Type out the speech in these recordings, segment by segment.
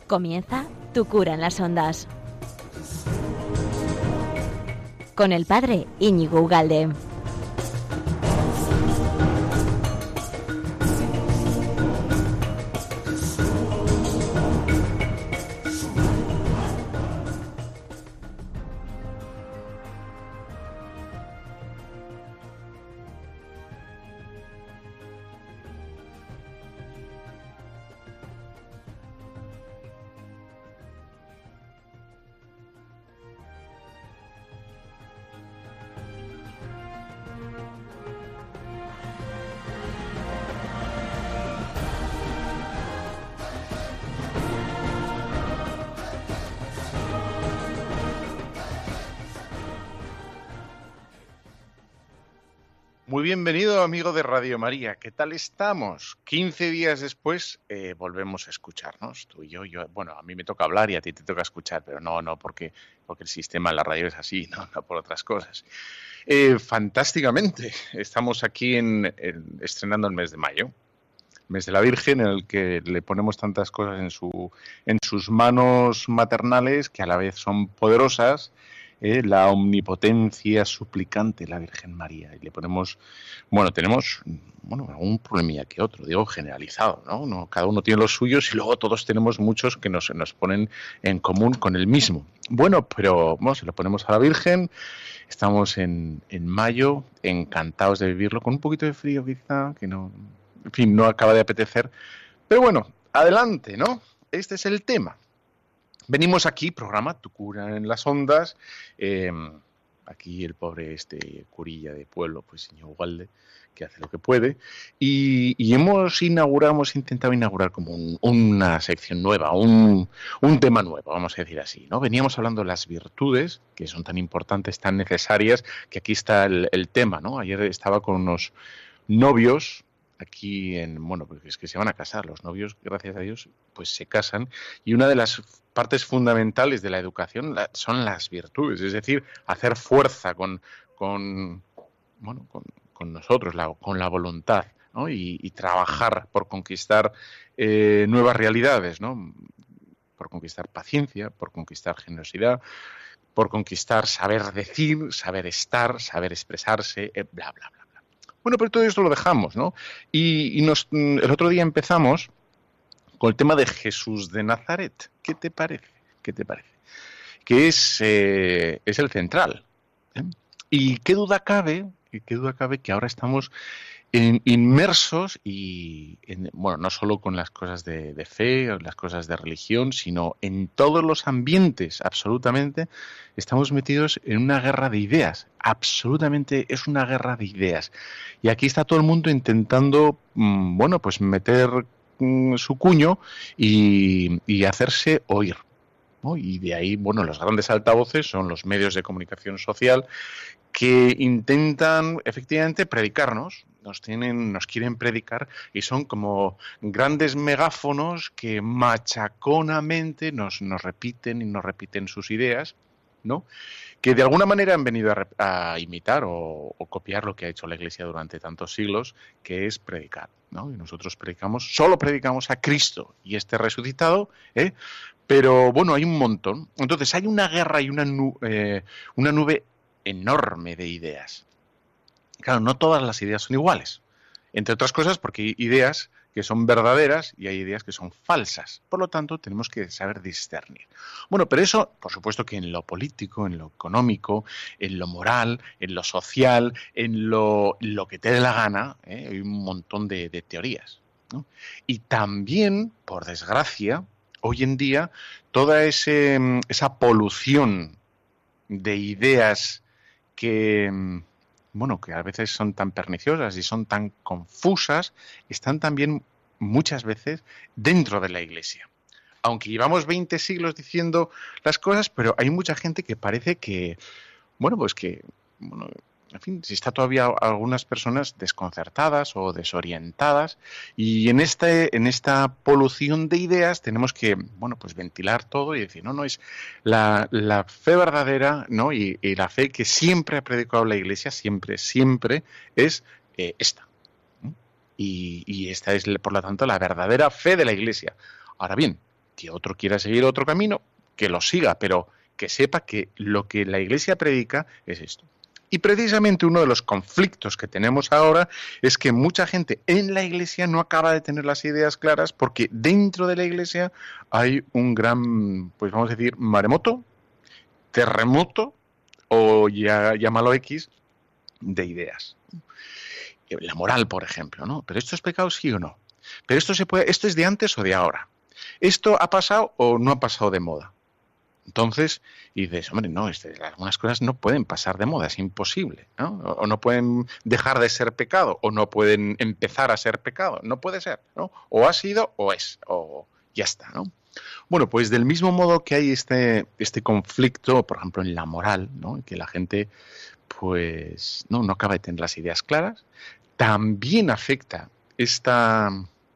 Comienza Tu cura en las ondas. Con el padre Íñigo Ugalde. Muy bienvenido, amigo de Radio María. ¿Qué tal estamos? 15 días después volvemos a escucharnos, tú y yo. Bueno, a mí me toca hablar y a ti te toca escuchar, pero no porque el sistema en la radio es así, no por otras cosas. Fantásticamente, estamos aquí estrenando el mes de mayo, mes de la Virgen, en el que le ponemos tantas cosas en sus manos maternales que a la vez son poderosas. La omnipotencia suplicante, la Virgen María. Y le ponemos, tenemos algún problemilla que otro, digo generalizado, ¿no? Cada uno tiene los suyos y luego todos tenemos muchos que nos ponen en común con el mismo. Bueno, pero se lo ponemos a la Virgen. Estamos en mayo, encantados de vivirlo, con un poquito de frío quizá, que no acaba de apetecer. Pero bueno, adelante, ¿no? Este es el tema. Venimos aquí, programa Tu cura en las ondas. Aquí el pobre curilla de pueblo, pues señor Ugalde, que hace lo que puede. Y hemos intentado inaugurar como una sección nueva, un tema nuevo, vamos a decir así, ¿no? Veníamos hablando de las virtudes, que son tan importantes, tan necesarias, que aquí está el tema, ¿no? Ayer estaba con unos novios aquí porque es que se van a casar, los novios, gracias a Dios, pues se casan, y una de las partes fundamentales de la educación son las virtudes, es decir, hacer fuerza con nosotros, con la voluntad, ¿no? Y trabajar por conquistar nuevas realidades, ¿no? Por conquistar paciencia, por conquistar generosidad, por conquistar saber decir, saber estar, saber expresarse, bla, bla, bla. Bueno, pero todo esto lo dejamos, ¿no? Y el otro día empezamos con el tema de Jesús de Nazaret. ¿Qué te parece? Que es el central. Y qué duda cabe que ahora estamos inmersos no solo con las cosas de fe o las cosas de religión, sino en todos los ambientes, absolutamente, estamos metidos en una guerra de ideas. Absolutamente es una guerra de ideas. Y aquí está todo el mundo intentando, meter su cuño y hacerse oír, ¿no? Y de ahí, los grandes altavoces son los medios de comunicación social que intentan efectivamente predicarnos, nos quieren predicar y son como grandes megáfonos que machaconamente nos repiten y nos repiten sus ideas, ¿no? Que de alguna manera han venido a imitar o copiar lo que ha hecho la Iglesia durante tantos siglos, que es predicar, ¿no? Y nosotros solo predicamos a Cristo y resucitado, pero hay un montón. Entonces hay una guerra y una nube enorme de ideas. Claro, no todas las ideas son iguales. Entre otras cosas porque hay ideas que son verdaderas y hay ideas que son falsas. Por lo tanto, tenemos que saber discernir. Bueno, pero eso, por supuesto que en lo político, en lo económico, en lo moral, en lo social, en lo que te dé la gana, hay un montón de teorías, ¿no? Y también, por desgracia, hoy en día, toda esa polución de ideas que a veces son tan perniciosas y son tan confusas, están también muchas veces dentro de la Iglesia. Aunque llevamos 20 siglos diciendo las cosas, pero hay mucha gente que parece que, en fin, si está todavía algunas personas desconcertadas o desorientadas, y en esta polución de ideas tenemos que, ventilar todo y decir, no, es la fe verdadera, ¿no? Y la fe que siempre ha predicado la Iglesia, siempre es esta. Y esta es, por lo tanto, la verdadera fe de la Iglesia. Ahora bien, Que otro quiera seguir otro camino, que lo siga, pero que sepa que lo que la Iglesia predica es esto. Y precisamente uno de los conflictos que tenemos ahora es que mucha gente en la Iglesia no acaba de tener las ideas claras porque dentro de la Iglesia hay un gran, pues vamos a decir, maremoto, terremoto o ya llámalo X de ideas. La moral, por ejemplo, ¿no? ¿Pero esto es pecado, sí o no? ¿Pero esto es de antes o de ahora? ¿Esto ha pasado o no ha pasado de moda? Entonces, y dices, hombre, no, algunas cosas no pueden pasar de moda, es imposible, ¿no? O no pueden dejar de ser pecado, o no pueden empezar a ser pecado, no puede ser, ¿no? O ha sido o es, o ya está, ¿no? Bueno, pues del mismo modo que hay este conflicto, por ejemplo, en la moral, ¿no? Que la gente, pues, no acaba de tener las ideas claras, también afecta esta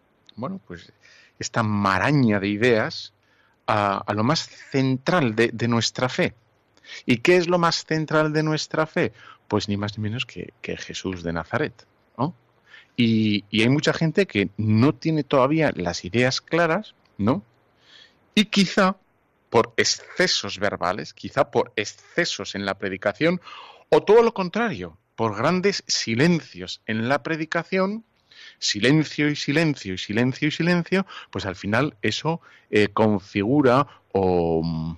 maraña de ideas a lo más central de nuestra fe. ¿Y qué es lo más central de nuestra fe? Pues ni más ni menos que Jesús de Nazaret, ¿no? Y hay mucha gente que no tiene todavía las ideas claras, ¿no? Y quizá por excesos verbales, quizá por excesos en la predicación, o todo lo contrario, por grandes silencios en la predicación, silencio y silencio y silencio y silencio, pues al final eso configura o,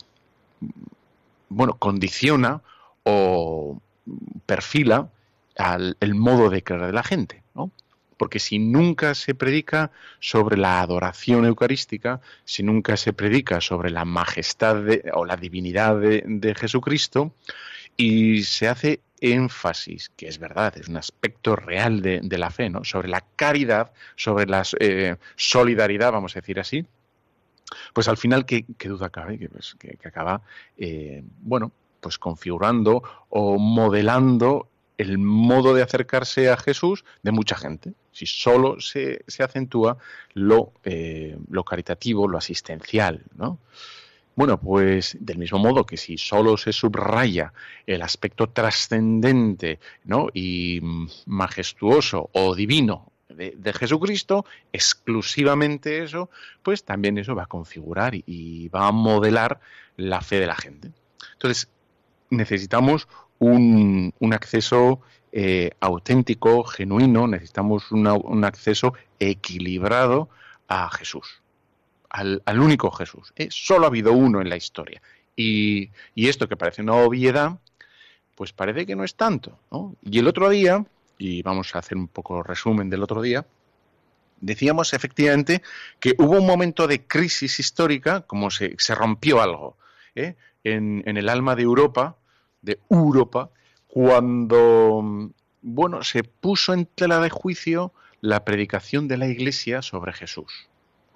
condiciona o perfila el modo de creer de la gente, ¿no? Porque si nunca se predica sobre la adoración eucarística, si nunca se predica sobre la majestad o la divinidad de Jesucristo, y se hace énfasis, que es verdad, es un aspecto real de la fe, ¿no? Sobre la caridad, sobre la solidaridad, vamos a decir así, pues al final, ¿qué duda cabe? Que acaba, pues configurando o modelando el modo de acercarse a Jesús de mucha gente. Si solo se acentúa lo caritativo, lo asistencial, ¿no? Bueno, pues del mismo modo que si solo se subraya el aspecto trascendente, ¿no? Y majestuoso o divino de Jesucristo, exclusivamente eso, pues también eso va a configurar y va a modelar la fe de la gente. Entonces, necesitamos un acceso auténtico, genuino, necesitamos un acceso equilibrado a Jesús. Al único Jesús. Solo ha habido uno en la historia. Y esto que parece una obviedad, pues parece que no es tanto, ¿no? Y el otro día, y vamos a hacer un poco resumen del otro día, decíamos efectivamente que hubo un momento de crisis histórica, como se rompió algo en el alma de Europa, cuando se puso en tela de juicio la predicación de la Iglesia sobre Jesús.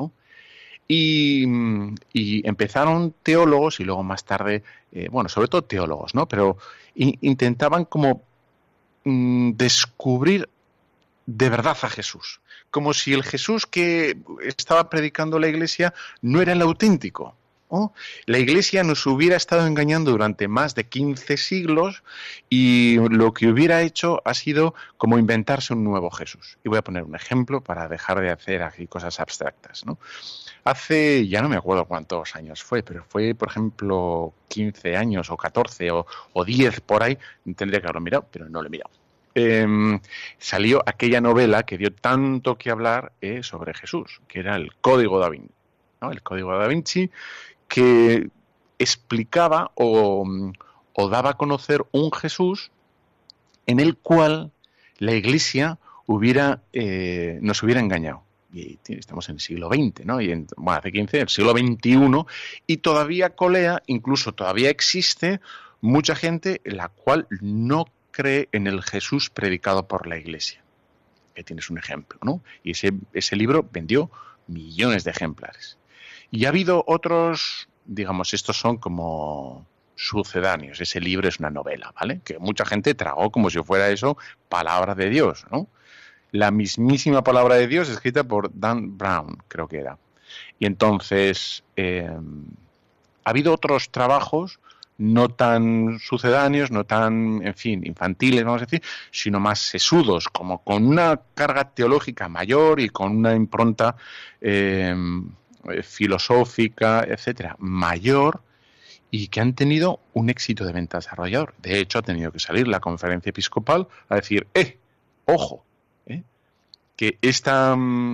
Y empezaron teólogos y luego más tarde, sobre todo teólogos, ¿no? Pero intentaban como descubrir de verdad a Jesús. Como si el Jesús que estaba predicando la Iglesia no era el auténtico, ¿no? La Iglesia nos hubiera estado engañando durante más de 15 siglos y lo que hubiera hecho ha sido como inventarse un nuevo Jesús. Y voy a poner un ejemplo para dejar de hacer aquí cosas abstractas, ¿no? Hace, ya no me acuerdo cuántos años fue, pero fue, por ejemplo, 15 años o 14 o 10 por ahí, tendría que haberlo mirado, pero no lo he mirado. Salió aquella novela que dio tanto que hablar sobre Jesús, que era el Código Da Vinci, ¿no? El Código Da Vinci, que explicaba o daba a conocer un Jesús en el cual la Iglesia nos hubiera engañado. Y estamos en el siglo XX, ¿no? Y hace 15, el siglo XXI, y todavía colea, incluso todavía existe mucha gente la cual no cree en el Jesús predicado por la Iglesia. Que tienes un ejemplo, ¿no? Y ese libro vendió millones de ejemplares. Y ha habido otros, digamos, estos son como sucedáneos. Ese libro es una novela, ¿vale? Que mucha gente tragó como si fuera eso palabra de Dios, ¿no? La mismísima palabra de Dios escrita por Dan Brown, creo que era. Y entonces ha habido otros trabajos no tan sucedáneos, no tan, en fin, infantiles, vamos a decir, sino más sesudos, como con una carga teológica mayor y con una impronta filosófica, etcétera, mayor, y que han tenido un éxito de ventas arrollador. De hecho, ha tenido que salir la conferencia episcopal a decir, ojo, que esta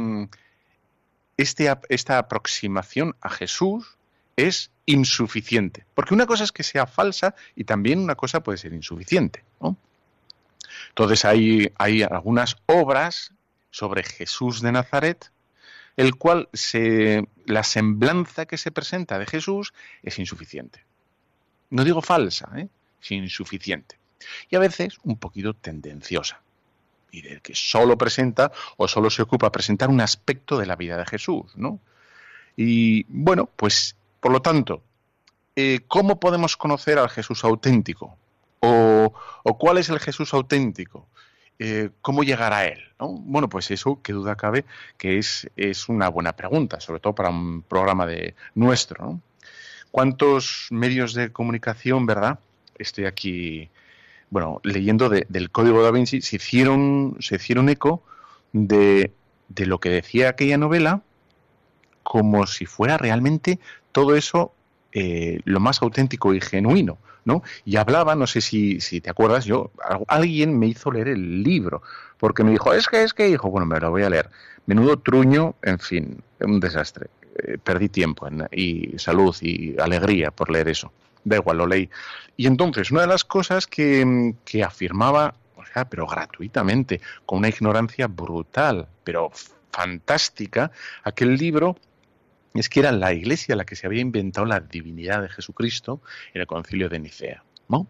aproximación a Jesús es insuficiente. Porque una cosa es que sea falsa y también una cosa puede ser insuficiente, ¿no? Entonces hay algunas obras sobre Jesús de Nazaret, el cual la semblanza que se presenta de Jesús es insuficiente. No digo falsa, es insuficiente. Y a veces un poquito tendenciosa. Y del que solo presenta o solo se ocupa presentar un aspecto de la vida de Jesús, ¿no? Y bueno, pues por lo tanto, ¿cómo podemos conocer al Jesús auténtico? ¿O cuál es el Jesús auténtico? ¿Cómo llegar a él, ¿no? Bueno, pues eso, qué duda cabe, que es una buena pregunta, sobre todo para un programa nuestro, ¿no? ¿Cuántos medios de comunicación, verdad? Estoy aquí, bueno, leyendo del Código Da Vinci, se hicieron eco de lo que decía aquella novela, como si fuera realmente todo eso lo más auténtico y genuino, ¿no? Y hablaba, no sé si te acuerdas, alguien me hizo leer el libro, porque me dijo, es que, hijo, bueno, me lo voy a leer. Menudo truño, en fin, un desastre. Perdí tiempo y salud y alegría por leer eso. Da igual, lo leí. Y entonces, una de las cosas que afirmaba, o sea, pero gratuitamente, con una ignorancia brutal, pero fantástica, aquel libro, es que era la Iglesia la que se había inventado la divinidad de Jesucristo en el Concilio de Nicea, ¿no?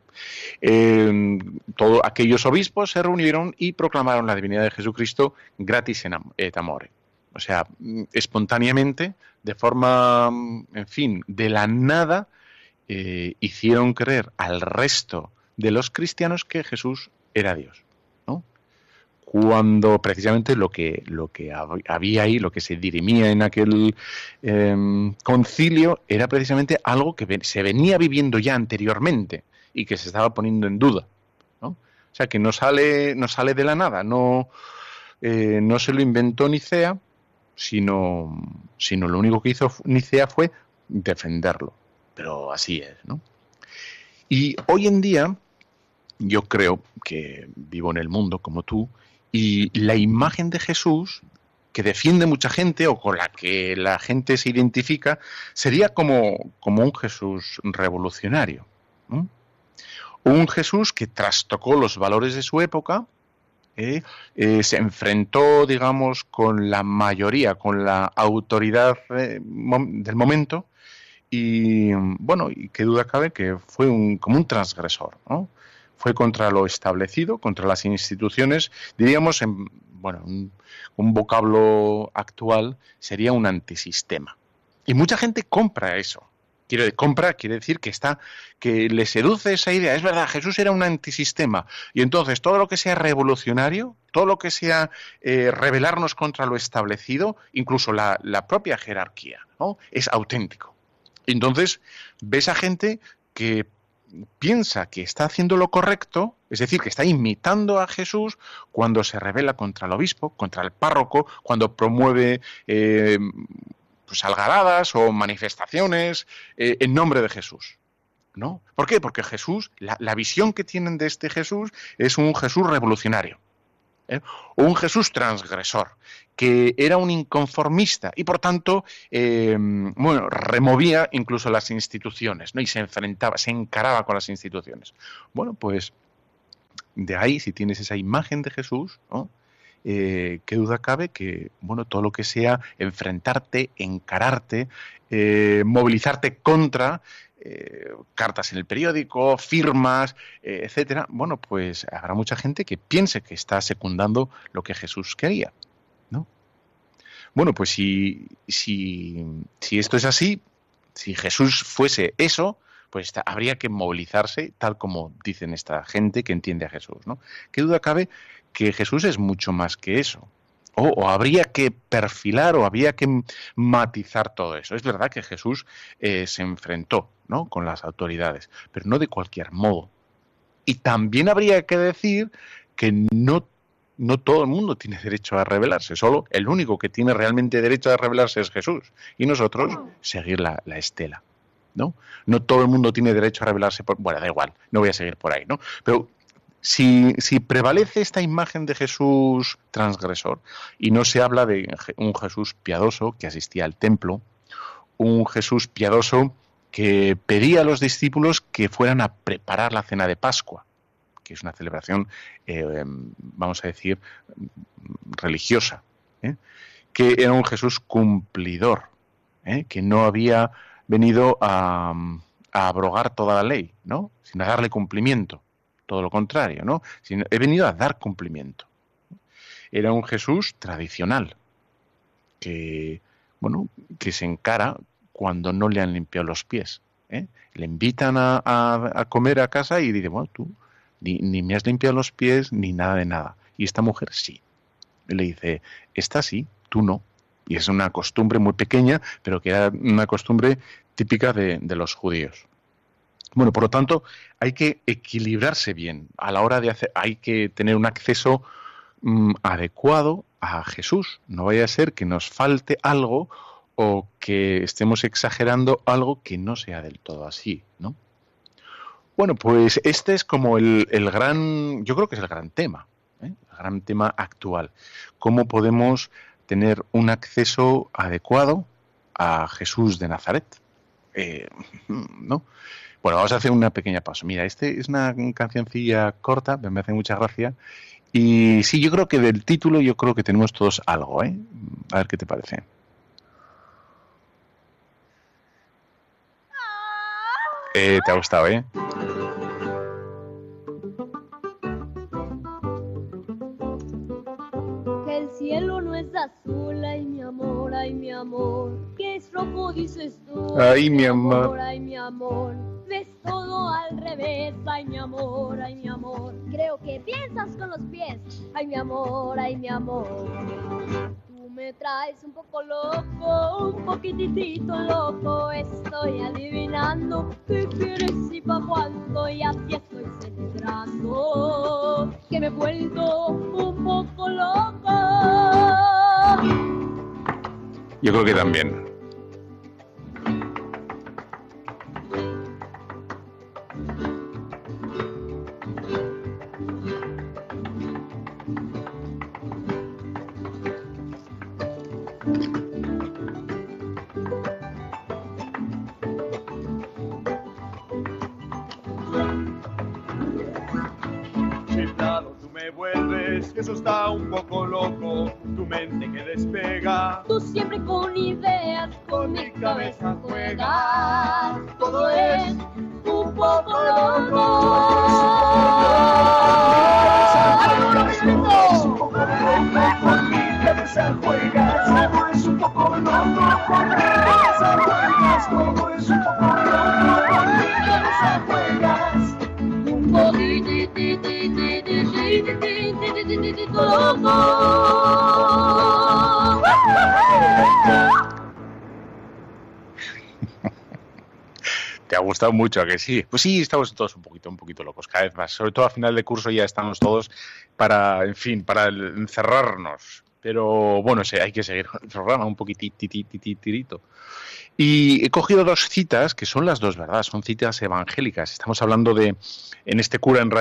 Todos aquellos obispos se reunieron y proclamaron la divinidad de Jesucristo gratis et amore. O sea, espontáneamente, de forma, en fin, de la nada, hicieron creer al resto de los cristianos que Jesús era Dios, ¿no? Cuando precisamente lo que había ahí, lo que se dirimía en aquel concilio, era precisamente algo que se venía viviendo ya anteriormente y que se estaba poniendo en duda, ¿no? O sea, que no sale de la nada, no se lo inventó Nicea, sino lo único que hizo Nicea fue defenderlo. Pero así es, ¿no? Y hoy en día, yo creo que vivo en el mundo como tú, y la imagen de Jesús que defiende mucha gente o con la que la gente se identifica sería como un Jesús revolucionario, ¿no? Un Jesús que trastocó los valores de su época, se enfrentó, digamos, con la mayoría, con la autoridad del momento, y bueno, y qué duda cabe que fue como un transgresor, ¿no? Fue contra lo establecido, contra las instituciones, diríamos, un vocablo actual sería un antisistema. Y mucha gente compra eso. Quiere decir que le seduce esa idea. Es verdad, Jesús era un antisistema. Y entonces todo lo que sea revolucionario, todo lo que sea rebelarnos contra lo establecido, incluso la propia jerarquía, ¿no? Es auténtico. Entonces ves a gente que piensa que está haciendo lo correcto, es decir, que está imitando a Jesús cuando se rebela contra el obispo, contra el párroco, cuando promueve algaradas o manifestaciones en nombre de Jesús, ¿no? ¿Por qué? Porque Jesús, la visión que tienen de este Jesús es un Jesús revolucionario, o un Jesús transgresor, que era un inconformista y por tanto removía incluso las instituciones, ¿no? Y se encaraba con las instituciones. Bueno, pues de ahí, si tienes esa imagen de Jesús, ¿no? Qué duda cabe que, todo lo que sea enfrentarte, encararte, movilizarte contra cartas en el periódico, firmas, etcétera, pues habrá mucha gente que piense que está secundando lo que Jesús quería, ¿no? Bueno, pues si esto es así, si Jesús fuese eso, pues habría que movilizarse tal como dicen esta gente que entiende a Jesús, ¿no? Qué duda cabe que Jesús es mucho más que eso. O habría que perfilar o habría que matizar todo eso. Es verdad que Jesús se enfrentó, ¿no?, con las autoridades, pero no de cualquier modo. Y también habría que decir que no no todo el mundo tiene derecho a rebelarse, solo el único que tiene realmente derecho a rebelarse es Jesús, y nosotros seguir la estela, ¿no? No todo el mundo tiene derecho a rebelarse bueno, da igual, no voy a seguir por ahí, ¿no? Pero si prevalece esta imagen de Jesús transgresor y no se habla de un Jesús piadoso que asistía al templo, un Jesús piadoso que pedía a los discípulos que fueran a preparar la cena de Pascua, que es una celebración, vamos a decir, religiosa, que era un Jesús cumplidor, que no había venido a abrogar toda la ley, ¿no? Sino a darle cumplimiento, todo lo contrario, ¿no? He venido a dar cumplimiento. Era un Jesús tradicional, que se encara cuando no le han limpiado los pies. Le invitan a comer a casa y dice, bueno, tú ni me has limpiado los pies ni nada de nada. Y esta mujer sí. Y le dice, esta sí, tú no. Y es una costumbre muy pequeña, pero que era una costumbre típica de los judíos. Bueno, por lo tanto, hay que equilibrarse bien a la hora de hacer, hay que tener un acceso adecuado a Jesús. No vaya a ser que nos falte algo o que estemos exagerando algo que no sea del todo así, ¿no? Bueno, pues este es como el gran, yo creo que es el gran tema, el gran tema actual. ¿Cómo podemos tener un acceso adecuado a Jesús de Nazaret? ¿No? Bueno, vamos a hacer una pequeña pausa. Mira, es una cancioncilla corta, me hace mucha gracia. Y sí, yo creo que del título, yo creo que tenemos todos algo, ¿eh? A ver qué te parece. Te ha gustado, ¿eh? Que el cielo no es azul, ay mi amor, que es rojo dices tú, ay mi amor, ay mi amor, ves todo al revés, ay mi amor, creo que piensas con los pies, ay mi amor, tú me traes un poco loco, un poquitito loco, estoy adivinando qué quieres y pa' cuándo, y así estoy celebrando que me he vuelto un poco loco. Yo creo que también. Eso está un poco loco, tu mente que despega. Tú siempre con ideas, con mi cabeza juegas. Todo es un poco loco. Con mi cabeza juegas. Todo es un poco loco. Con mi cabeza juegas. Todo es un poco loco. Con mi cabeza juegas. Un poquitito loco. ¿Te ha gustado mucho, a que sí? Pues sí, estamos todos un poquito locos, cada vez más. Sobre todo a final de curso ya estamos todos para encerrarnos. Pero bueno, sí, hay que seguir con el programa un poquitito. Y he cogido dos citas, que son las dos, ¿verdad? Son citas evangélicas. Estamos hablando de, en este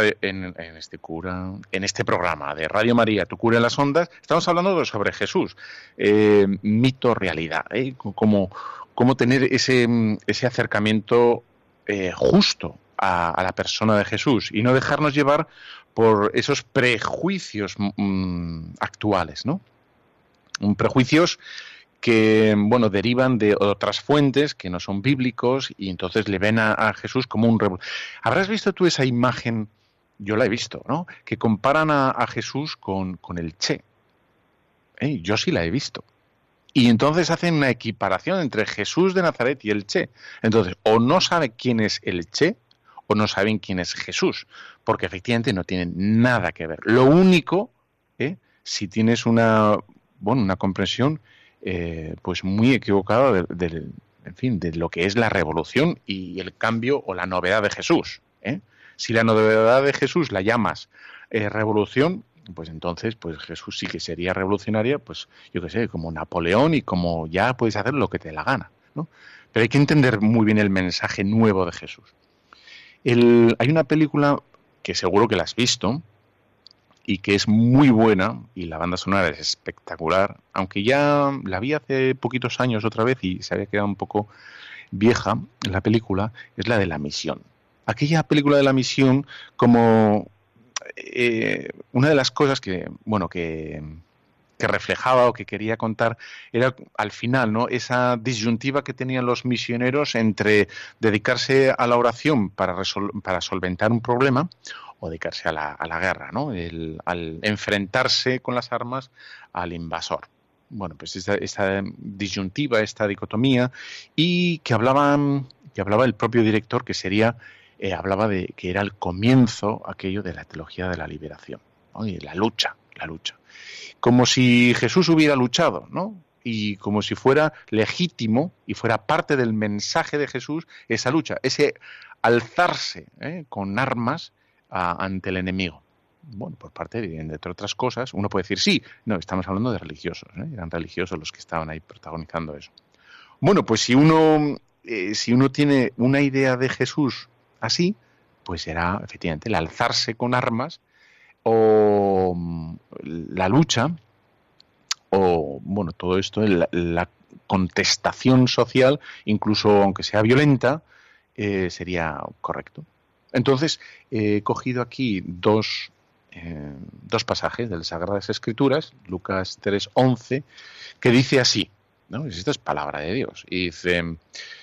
programa de Radio María, Tu cura en las ondas, estamos hablando sobre Jesús. Mito, realidad, cómo tener ese acercamiento justo a la persona de Jesús y no dejarnos llevar por esos prejuicios actuales, ¿no? Prejuicios que, bueno, derivan de otras fuentes que no son bíblicos y entonces le ven a Jesús como un revolucionario. ¿Habrás visto tú esa imagen? Yo la he visto, ¿no? Que comparan a Jesús con el Che. Yo sí la he visto. Y entonces hacen una equiparación entre Jesús de Nazaret y el Che. Entonces, o no sabe quién es el Che, o no saben quién es Jesús, porque efectivamente no tienen nada que ver. Lo único, si tienes una comprensión pues muy equivocada de lo que es la revolución y el cambio o la novedad de Jesús. Si la novedad de Jesús la llamas revolución, pues entonces pues Jesús sí que sería revolucionaria, pues yo qué sé, como Napoleón, y como ya puedes hacer lo que te dé la gana, ¿no? Pero hay que entender muy bien el mensaje nuevo de Jesús. Hay una película que seguro que la has visto y que es muy buena, y la banda sonora es espectacular, aunque ya la vi hace poquitos años otra vez y se había quedado un poco vieja la película, es la de La Misión. Aquella película de La Misión, como una de las cosas que reflejaba o que quería contar era al final, ¿no?, esa disyuntiva que tenían los misioneros entre dedicarse a la oración para solventar un problema o dedicarse a la guerra, ¿no?, al enfrentarse con las armas al invasor. Bueno, pues esta disyuntiva, esta dicotomía, y que hablaba el propio director, que sería hablaba de que era el comienzo aquello de la teología de la liberación, ¿no?, y la lucha. Como si Jesús hubiera luchado, ¿no? Y como si fuera legítimo y fuera parte del mensaje de Jesús esa lucha, ese alzarse con armas ante el enemigo. Bueno, por parte de, entre otras cosas, uno puede decir, sí, no, estamos hablando de religiosos, eran religiosos los que estaban ahí protagonizando eso. Bueno, pues si uno tiene una idea de Jesús así, pues será efectivamente el alzarse con armas, o la lucha, o bueno, todo esto, la contestación social, incluso aunque sea violenta, sería correcto. Entonces, he cogido aquí dos pasajes de las Sagradas Escrituras, Lucas 3:11, que dice así, ¿no? Esto es palabra de Dios, y dice,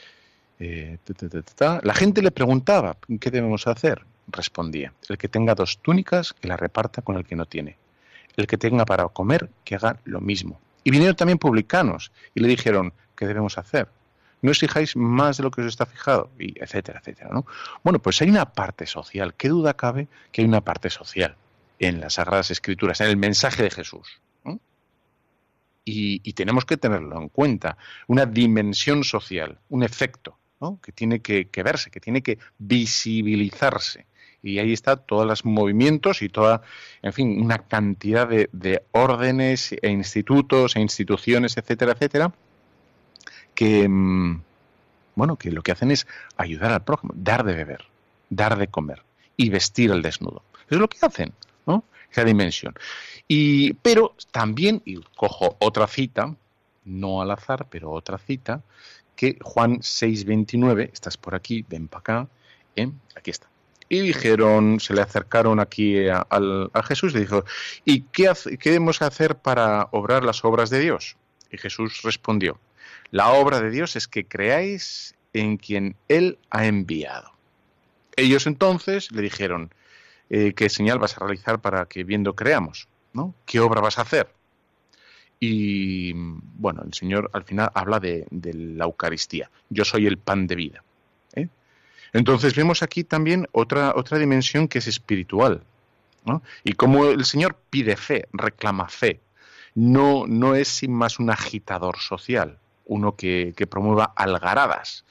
la gente le preguntaba, ¿qué debemos hacer? Respondía, el que tenga 2 túnicas, que la reparta con el que no tiene. El que tenga para comer, que haga lo mismo. Y vinieron también publicanos y le dijeron, ¿qué debemos hacer? No os fijáis más de lo que os está fijado, y etcétera, etcétera, ¿no? Bueno, pues hay una parte social. ¿Qué duda cabe que hay una parte social en las Sagradas Escrituras, en el mensaje de Jesús, ¿no? Y tenemos que tenerlo en cuenta. Una dimensión social, un efecto, ¿no?, que tiene que verse, que tiene que visibilizarse. Y ahí está todos los movimientos y toda, en fin, una cantidad de órdenes e institutos e instituciones, etcétera, etcétera, que, que lo que hacen es ayudar al prójimo, dar de beber, dar de comer y vestir al desnudo. Eso es lo que hacen, ¿no? Esa dimensión. Pero también, y cojo otra cita, no al azar, pero otra cita, que Juan 6:29, estás por aquí, ven para acá, aquí está. Y dijeron, se le acercaron aquí a Jesús y le dijo, ¿y qué debemos hacer para obrar las obras de Dios? Y Jesús respondió, la obra de Dios es que creáis en quien Él ha enviado. Ellos entonces le dijeron, ¿qué señal vas a realizar para que viendo creamos? ¿No? ¿Qué obra vas a hacer? Y bueno, el Señor al final habla de la Eucaristía. Yo soy el pan de vida. Entonces vemos aquí también otra dimensión que es espiritual, ¿no? Y como el Señor pide fe, reclama fe, no es sin más un agitador social, uno que promueva algaradas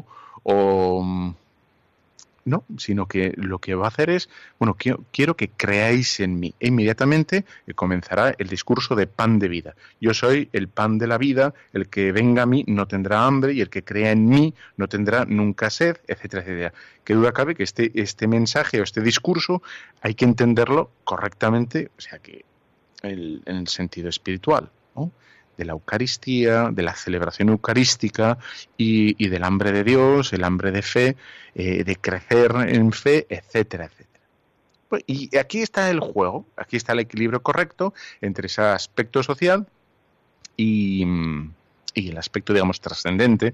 no, sino que lo que va a hacer es, quiero que creáis en mí. E inmediatamente comenzará el discurso de pan de vida. Yo soy el pan de la vida, el que venga a mí no tendrá hambre y el que crea en mí no tendrá nunca sed, etcétera, etcétera. Qué duda cabe que este mensaje o este discurso hay que entenderlo correctamente, o sea que en el sentido espiritual, ¿no?, de la Eucaristía, de la celebración eucarística y del hambre de Dios, el hambre de fe, de crecer en fe, etcétera, etcétera. Pues, y aquí está el juego, aquí está el equilibrio correcto entre ese aspecto social y el aspecto, digamos, trascendente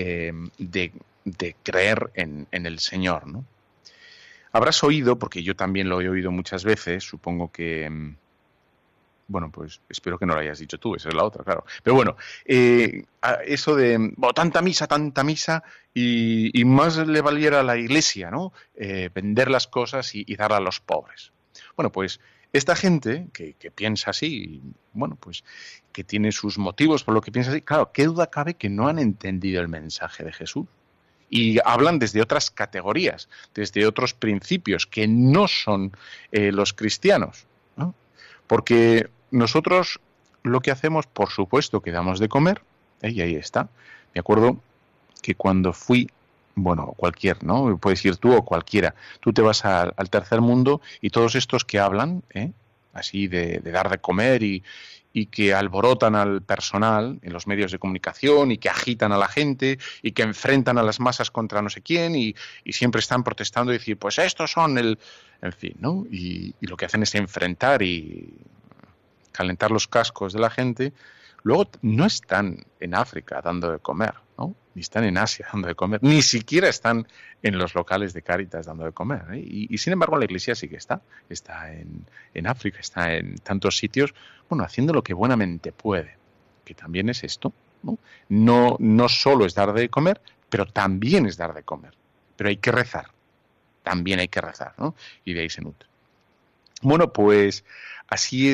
de creer en el Señor, ¿no? Habrás oído, porque yo también lo he oído muchas veces, supongo que... pues espero que no lo hayas dicho tú, esa es la otra, claro. Pero bueno, eso de tanta misa y más le valiera a la Iglesia, ¿no?, vender las cosas y dar a los pobres. Bueno, pues esta gente que piensa así, pues que tiene sus motivos por lo que piensa así, claro, qué duda cabe que no han entendido el mensaje de Jesús. Y hablan desde otras categorías, desde otros principios que no son los cristianos, ¿no? Porque nosotros lo que hacemos, por supuesto, que damos de comer, y ahí está. Me acuerdo que cuando fui, bueno, cualquier, ¿no? Puedes ir tú o cualquiera. Tú te vas al tercer mundo y todos estos que hablan, así de dar de comer y que alborotan al personal en los medios de comunicación y que agitan a la gente y que enfrentan a las masas contra no sé quién y siempre están protestando y decir, pues estos son en fin, ¿no? Y lo que hacen es enfrentar y calentar los cascos de la gente. Luego no están en África dando de comer, ¿no? Ni están en Asia dando de comer, ni siquiera están en los locales de Cáritas dando de comer, ¿eh? Y sin embargo la Iglesia sí que está en África, está en tantos sitios, bueno, haciendo lo que buenamente puede, que también es esto, ¿no? No solo es dar de comer, pero también es dar de comer, pero hay que rezar, también hay que rezar, ¿no? Y de ahí se nutre. Bueno, pues así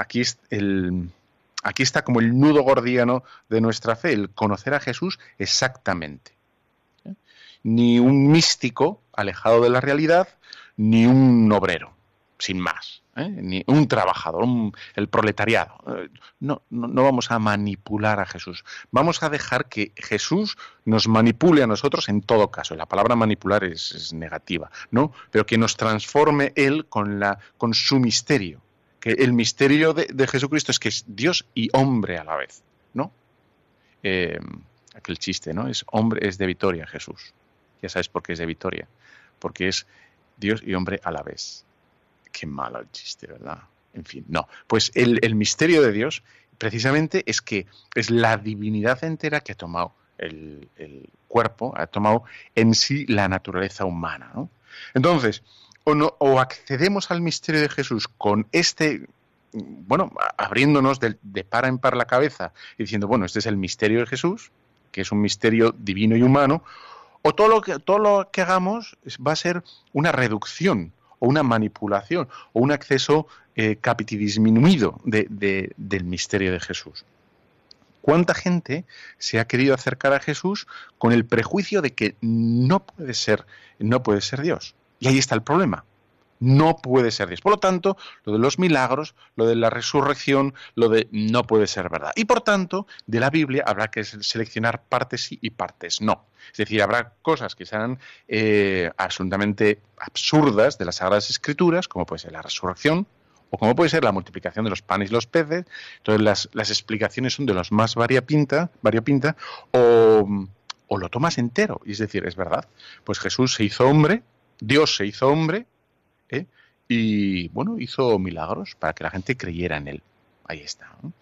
aquí está como el nudo gordiano de nuestra fe, el conocer a Jesús exactamente. Ni un místico alejado de la realidad, ni un obrero, sin más, ni un trabajador, el proletariado. No vamos a manipular a Jesús. Vamos a dejar que Jesús nos manipule a nosotros en todo caso. La palabra manipular es negativa, ¿no? Pero que nos transforme Él con su misterio. Que el misterio de Jesucristo es que es Dios y hombre a la vez, ¿no? Aquel chiste, ¿no? Es de Vitoria Jesús. Ya sabes por qué es de Vitoria. Porque es Dios y hombre a la vez. Qué malo el chiste, ¿verdad? En fin, no. Pues el misterio de Dios precisamente es que es la divinidad entera que ha tomado el cuerpo, ha tomado en sí la naturaleza humana, ¿no? Entonces, o accedemos al misterio de Jesús con abriéndonos de par en par la cabeza y diciendo, bueno, este es el misterio de Jesús, que es un misterio divino y humano, o todo lo que hagamos va a ser una reducción o una manipulación o un acceso capitidisminuido del misterio de Jesús. ¿Cuánta gente se ha querido acercar a Jesús con el prejuicio de que no puede ser Dios? Y ahí está el problema. No puede ser Dios. Por lo tanto, lo de los milagros, lo de la resurrección, no puede ser verdad. Y por tanto, de la Biblia habrá que seleccionar partes sí y partes no. Es decir, habrá cosas que serán absolutamente absurdas de las Sagradas Escrituras, como puede ser la resurrección, o como puede ser la multiplicación de los panes y los peces. Entonces las explicaciones son de los más variopinta, o lo tomas entero. Y es decir, es verdad, pues Jesús se hizo hombre, Dios se hizo hombre, y bueno, hizo milagros para que la gente creyera en él. Ahí está, ¿no?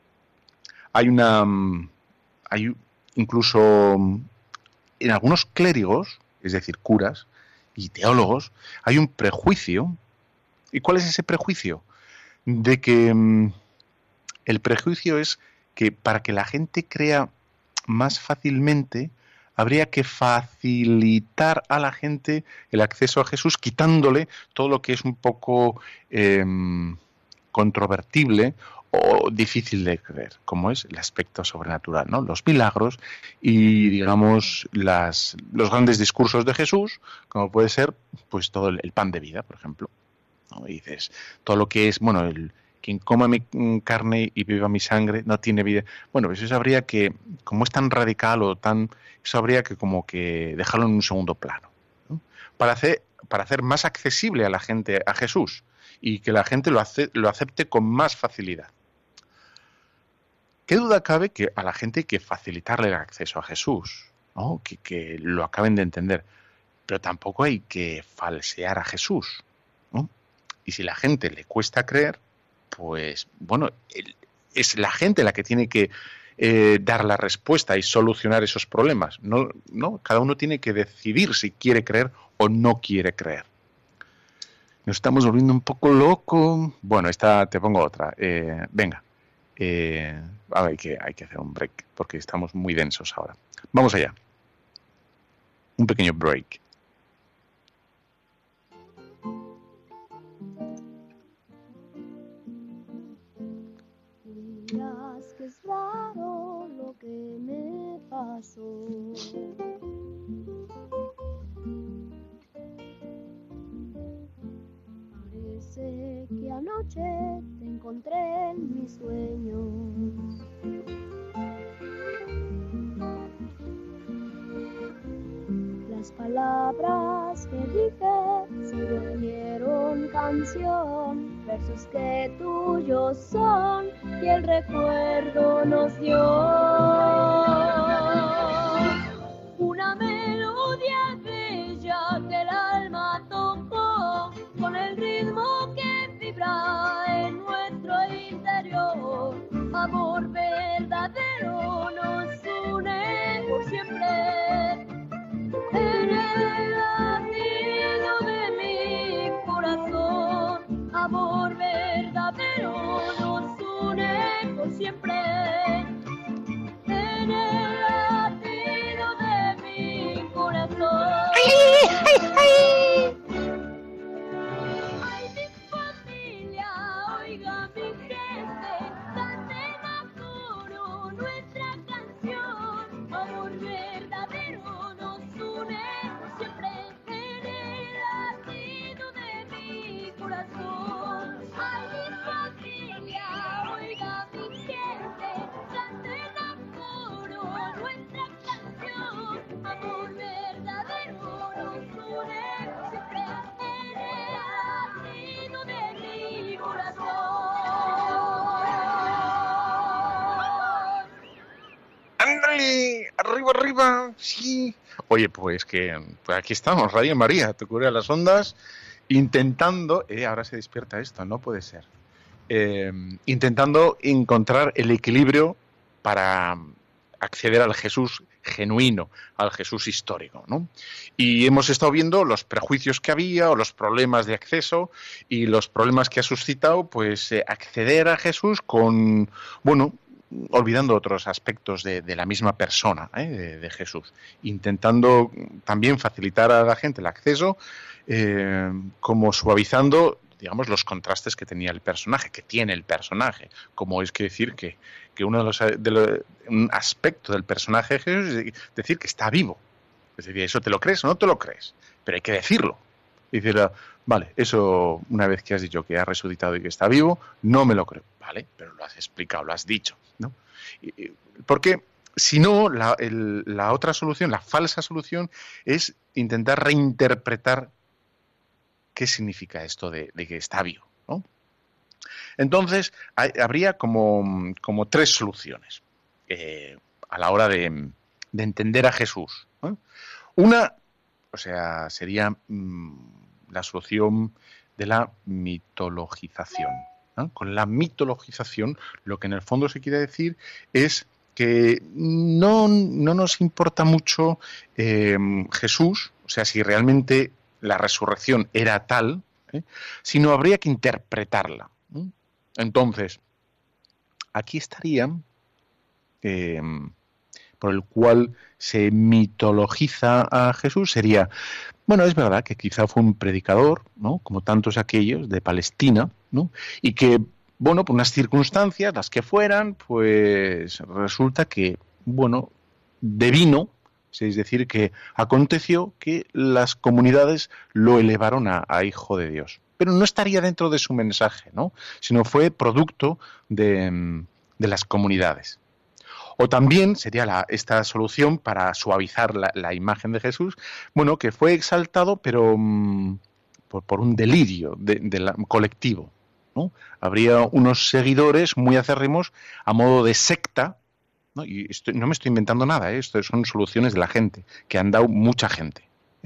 Hay incluso en algunos clérigos, es decir, curas y teólogos, hay un prejuicio. ¿Y cuál es ese prejuicio? De que el prejuicio es que para que la gente crea más fácilmente habría que facilitar a la gente el acceso a Jesús, quitándole todo lo que es un poco controvertible o difícil de creer, como es el aspecto sobrenatural, ¿no? Los milagros y, digamos, los grandes discursos de Jesús, como puede ser, pues todo el pan de vida, por ejemplo, ¿no? Y dices, todo lo que es, bueno, quien coma mi carne y beba mi sangre no tiene vida. Bueno, pues eso habría que, como es tan radical eso habría que como que dejarlo en un segundo plano, ¿no? Para hacer más accesible a la gente a Jesús y que la gente lo acepte con más facilidad. ¿Qué duda cabe que a la gente hay que facilitarle el acceso a Jesús, ¿no? Que lo acaben de entender? Pero tampoco hay que falsear a Jesús, ¿no? Y si la gente le cuesta creer, pues bueno, es la gente la que tiene que dar la respuesta y solucionar esos problemas. No, cada uno tiene que decidir si quiere creer o no quiere creer. Nos estamos volviendo un poco locos. Bueno, te pongo otra. Venga. Hay que hacer un break porque estamos muy densos ahora. Vamos allá. Un pequeño break. Dirás que es raro lo que me pasó. Parece que anoche te encontré en mis sueños. Las palabras que dije se volvieron canción, versos que tuyos son y el recuerdo nos dio una melodía bella que el alma tocó con el ritmo que vibra en nuestro interior. Amor verdadero nos une por siempre. En el latido de mi corazón, amor verdadero nos une por siempre. En el latido de mi corazón. Ay, mi familia, oiga mi gente, canten a coro nuestra canción. Amor verdadero nos une por siempre. En el latido de mi corazón. Ay, mi familia, oiga mi gente, canten a coro nuestra canción. Amor verdadero nos une por siempre. En el latido de mi corazón. ¡Ándale! ¡Arriba, arriba! ¡Sí! Oye, pues aquí estamos, Radio María, te cubre las ondas, intentando... ahora se despierta esto, no puede ser. Intentando encontrar el equilibrio para acceder al Jesús genuino, al Jesús histórico, ¿no? Y hemos estado viendo los prejuicios que había o los problemas de acceso y los problemas que ha suscitado, pues, acceder a Jesús con, bueno, olvidando otros aspectos de la misma persona, de Jesús, intentando también facilitar a la gente el acceso, como suavizando, digamos, los contrastes que tenía el personaje, que tiene el personaje, como es que decir que un aspecto del personaje de Jesús es decir que está vivo. Es decir, ¿eso te lo crees o no te lo crees? Pero hay que decirlo. Y decir, vale, eso una vez que has dicho que ha resucitado y que está vivo, no me lo creo. Vale, pero lo has explicado, lo has dicho, ¿no? Porque si no, la otra solución, la falsa solución, es intentar reinterpretar qué significa esto de que está vivo, ¿no? Entonces, habría como tres soluciones a la hora de entender a Jesús, ¿no? Una, o sea, sería la solución de la mitologización, ¿no? Con la mitologización, lo que en el fondo se quiere decir es que no nos importa mucho Jesús, o sea, si realmente la resurrección era tal, sino habría que interpretarla. Entonces, aquí estaría por el cual se mitologiza a Jesús, sería, bueno, es verdad que quizá fue un predicador, ¿no? Como tantos aquellos de Palestina, ¿no? Y que, bueno, por unas circunstancias, las que fueran, pues resulta que, bueno, devino, es decir, que aconteció que las comunidades lo elevaron a hijo de Dios. Pero no estaría dentro de su mensaje, ¿no? Sino fue producto de las comunidades. O también sería esta solución para suavizar la imagen de Jesús, bueno, que fue exaltado, pero por un delirio colectivo, ¿no? Habría unos seguidores muy acérrimos a modo de secta, ¿no? Y no me estoy inventando nada, esto son soluciones de la gente, que han dado mucha gente.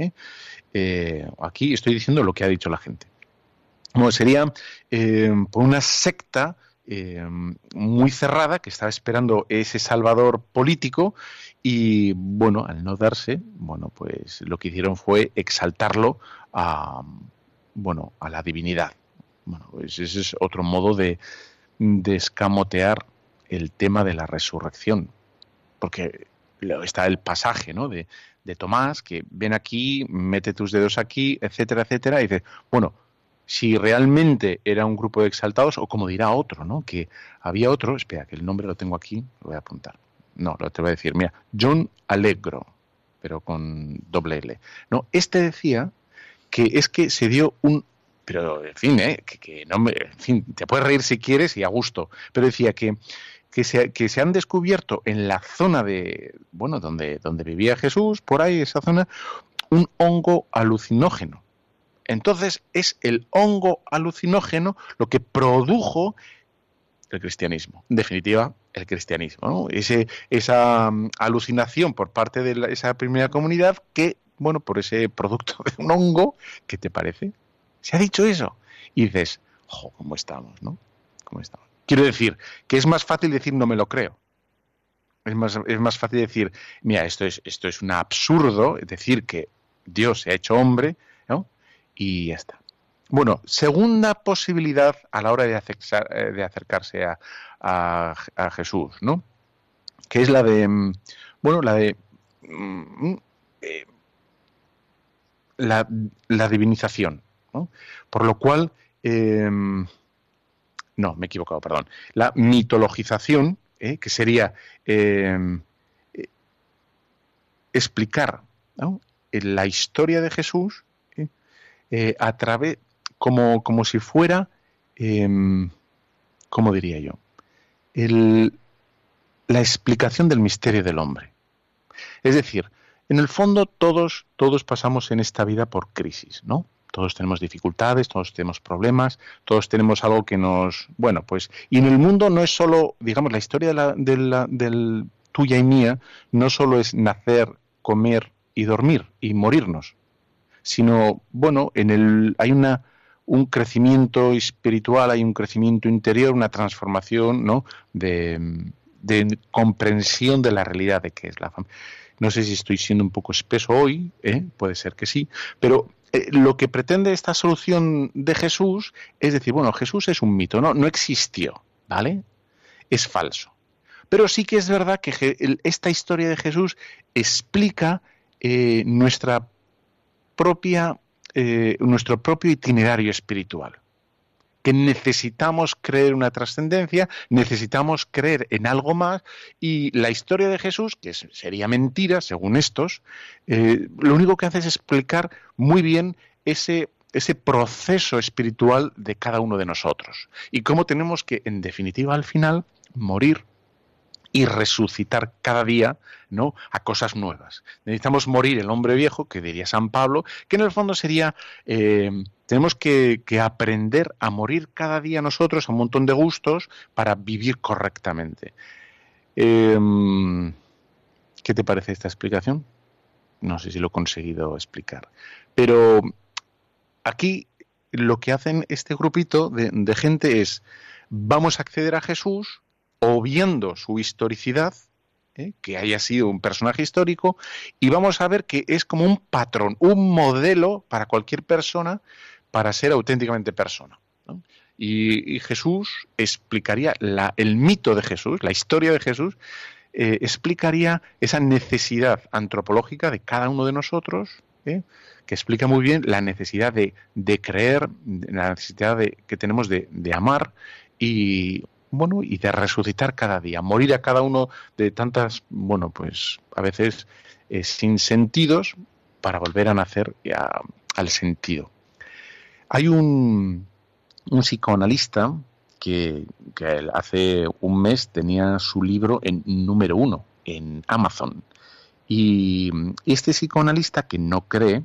Aquí estoy diciendo lo que ha dicho la gente. Bueno, sería por una secta muy cerrada que estaba esperando ese salvador político y, bueno, al no darse, bueno, pues lo que hicieron fue exaltarlo a la divinidad. Bueno, pues ese es otro modo de escamotear el tema de la resurrección, porque está el pasaje, ¿no? de Tomás, que ven aquí, mete tus dedos aquí, etcétera, etcétera, y dice, bueno, si realmente era un grupo de exaltados, o como dirá otro, ¿no? Que había otro, espera, que el nombre lo tengo aquí, lo voy a apuntar. No, te voy a decir, mira, John Allegro, pero con doble L. No, este decía que es que se dio un pero en fin, que no en fin, te puedes reír si quieres y a gusto, pero decía que se han descubierto en la zona donde vivía Jesús, por ahí, esa zona, un hongo alucinógeno. Entonces es el hongo alucinógeno lo que produjo el cristianismo. En definitiva, el cristianismo, ¿no? Esa alucinación por parte de esa primera comunidad que, por ese producto de un hongo, ¿qué te parece? Se ha dicho eso. Y dices, ¿cómo estamos, no? ¿Cómo estamos? Quiero decir que es más fácil decir no me lo creo. Es más fácil decir, mira, esto es un absurdo, es decir, que Dios se ha hecho hombre, ¿no? Y ya está. Bueno, segunda posibilidad a la hora de acercarse a Jesús, ¿no? Que es la de la divinización, ¿no? Por lo cual, no, me he equivocado, perdón. La mitologización, que sería explicar, ¿no?, la historia de Jesús a través, como si fuera, ¿cómo diría yo? La explicación del misterio del hombre. Es decir, en el fondo todos pasamos en esta vida por crisis, ¿no? Todos tenemos dificultades, todos tenemos problemas, todos tenemos algo que nos... y en el mundo no es solo, digamos, la historia del tuya y mía, no solo es nacer, comer y dormir y morirnos, sino, hay un crecimiento espiritual, hay un crecimiento interior, una transformación, ¿no?, de comprensión de la realidad de qué es la familia. No sé si estoy siendo un poco espeso hoy, puede ser que sí, pero lo que pretende esta solución de Jesús es decir, Jesús es un mito, no existió, ¿vale? Es falso. Pero sí que es verdad que esta historia de Jesús explica nuestro propio itinerario espiritual. Que necesitamos creer una trascendencia, necesitamos creer en algo más, y la historia de Jesús, que sería mentira, según estos, lo único que hace es explicar muy bien ese proceso espiritual de cada uno de nosotros, y cómo tenemos que, en definitiva, al final, morir y resucitar cada día, ¿no?, a cosas nuevas. Necesitamos morir el hombre viejo, que diría San Pablo, que en el fondo sería... tenemos que aprender a morir cada día nosotros a un montón de gustos para vivir correctamente. ¿Qué te parece esta explicación? No sé si lo he conseguido explicar. Pero aquí lo que hacen este grupito de gente es, vamos a acceder a Jesús obviando su historicidad, que haya sido un personaje histórico, y vamos a ver que es como un patrón, un modelo para cualquier persona para ser auténticamente persona, ¿no? Y Jesús explicaría el mito de Jesús, la historia de Jesús, explicaría esa necesidad antropológica de cada uno de nosotros, que explica muy bien la necesidad de creer, la necesidad que tenemos de amar y de resucitar cada día, morir a cada uno de tantas, a veces sin sentidos, para volver a nacer al sentido. Hay un psicoanalista que hace un mes tenía su libro en número 1 en Amazon, y este psicoanalista, que no cree,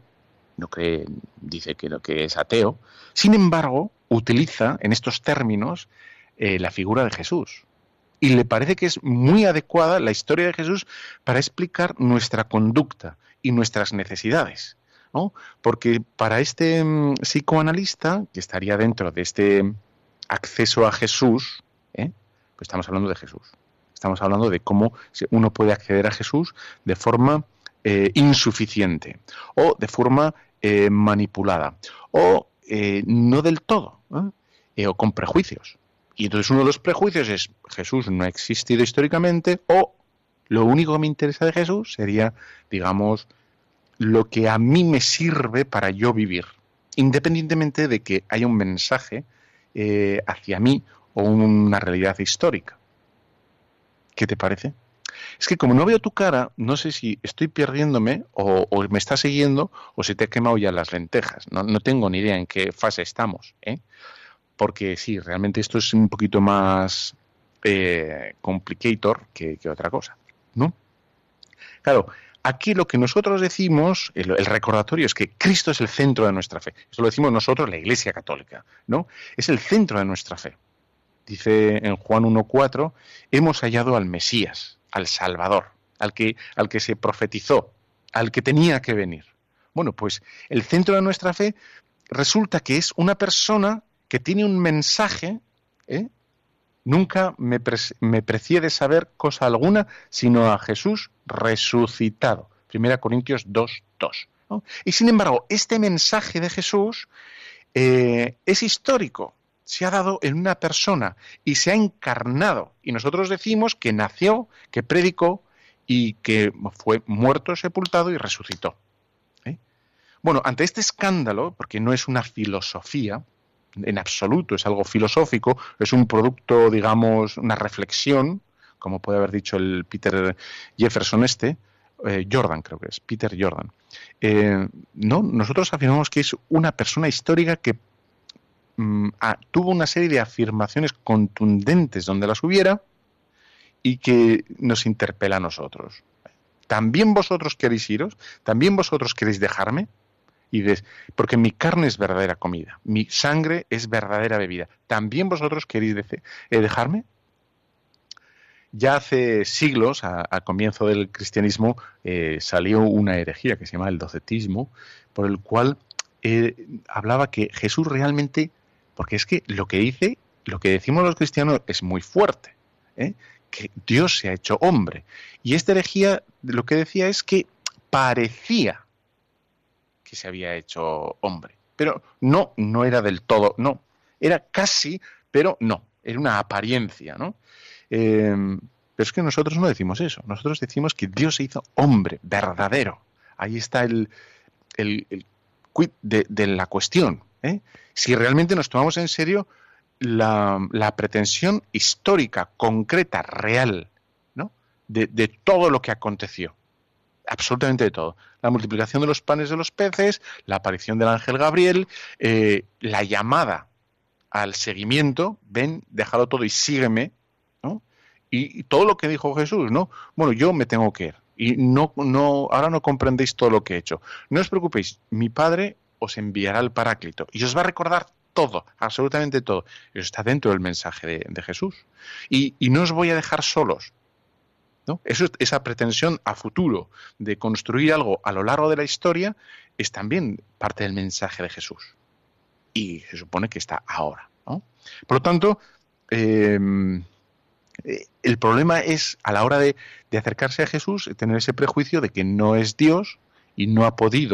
dice que es ateo, sin embargo utiliza en estos términos la figura de Jesús, y le parece que es muy adecuada la historia de Jesús para explicar nuestra conducta y nuestras necesidades, ¿no? Porque para este psicoanalista, que estaría dentro de este acceso a Jesús, pues estamos hablando de Jesús, estamos hablando de cómo uno puede acceder a Jesús de forma insuficiente, o de forma manipulada, o no del todo, o con prejuicios. Y entonces uno de los prejuicios es: Jesús no ha existido históricamente, o lo único que me interesa de Jesús sería, digamos, lo que a mí me sirve para yo vivir, independientemente de que haya un mensaje hacia mí o una realidad histórica. ¿Qué te parece? Es que como no veo tu cara, no sé si estoy perdiéndome o me está siguiendo o si te he quemado ya las lentejas. No tengo ni idea en qué fase estamos, ¿eh? Porque sí, realmente esto es un poquito más complicator que otra cosa, ¿no? Claro, aquí lo que nosotros decimos, el recordatorio es que Cristo es el centro de nuestra fe. Eso lo decimos nosotros, la Iglesia Católica, ¿no? Es el centro de nuestra fe. Dice en Juan 1:4, hemos hallado al Mesías, al Salvador, al que se profetizó, al que tenía que venir. Bueno, pues el centro de nuestra fe resulta que es una persona que tiene un mensaje, nunca me precié de saber cosa alguna, sino a Jesús resucitado. 1 Corintios 2:2, ¿no? Y sin embargo, este mensaje de Jesús es histórico. Se ha dado en una persona y se ha encarnado. Y nosotros decimos que nació, que predicó y que fue muerto, sepultado y resucitó. Bueno, ante este escándalo, porque no es una filosofía, en absoluto es algo filosófico, es un producto, digamos, una reflexión, como puede haber dicho el Peter Jefferson Jordan creo que es, Peter Jordan. No, nosotros afirmamos que es una persona histórica que tuvo una serie de afirmaciones contundentes donde las hubiera y que nos interpela a nosotros. ¿También vosotros queréis iros? ¿También vosotros queréis dejarme? Porque mi carne es verdadera comida, mi sangre es verdadera bebida. ¿También vosotros queréis dejarme? Ya hace siglos, al comienzo del cristianismo, salió una herejía que se llama el docetismo, por el cual hablaba que Jesús realmente, porque es que lo que decimos los cristianos es muy fuerte, que Dios se ha hecho hombre. Y esta herejía lo que decía es que parecía que se había hecho hombre, pero no era del todo, no, era casi, pero no, era una apariencia, ¿no? Pero es que nosotros no decimos eso, nosotros decimos que Dios se hizo hombre, verdadero. Ahí está el quid de la cuestión, ¿eh? Si realmente nos tomamos en serio la pretensión histórica, concreta, real, ¿no? de todo lo que aconteció. Absolutamente de todo. La multiplicación de los panes y de los peces, la aparición del ángel Gabriel, la llamada al seguimiento, ven, déjalo todo y sígueme, ¿no? Y todo lo que dijo Jesús, ¿no? Bueno, yo me tengo que ir. Y ahora no comprendéis todo lo que he hecho. No os preocupéis, mi Padre os enviará el Paráclito y os va a recordar todo, absolutamente todo. Eso está dentro del mensaje de Jesús. Y no os voy a dejar solos, ¿no? Esa pretensión a futuro de construir algo a lo largo de la historia es también parte del mensaje de Jesús. Y se supone que está ahora, ¿no? Por lo tanto, el problema es a la hora de acercarse a Jesús, tener ese prejuicio de que no es Dios y no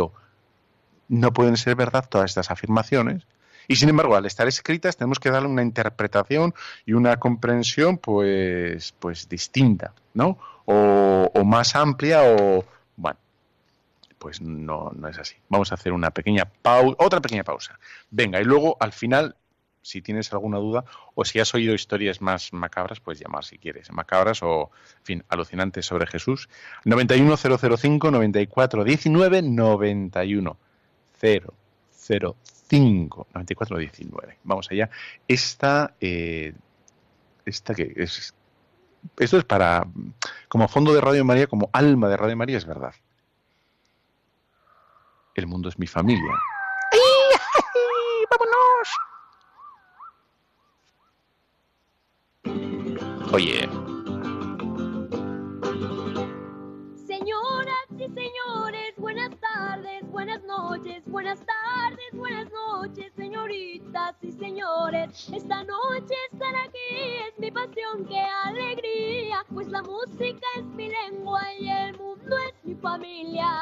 pueden ser verdad todas estas afirmaciones. Y sin embargo, al estar escritas, tenemos que darle una interpretación y una comprensión pues distinta, ¿no? O más amplia bueno, pues no es así. Vamos a hacer otra pequeña pausa. Venga, y luego al final, si tienes alguna duda o si has oído historias más macabras, pues llamar si quieres. Macabras o, en fin, alucinantes sobre Jesús. 91005 9419 91005-9419. Vamos allá. Esto es para, como fondo de Radio María, como alma de Radio María, es verdad. El mundo es mi familia. ¡Ay! ¡Vámonos! Oye. Señoras y señores, buenas tardes, buenas noches, buenas tardes, buenas noches, señoritas y señores. Esta noche estar aquí es mi pasión, qué alegría, pues la música es mi lengua y el mundo es mi familia.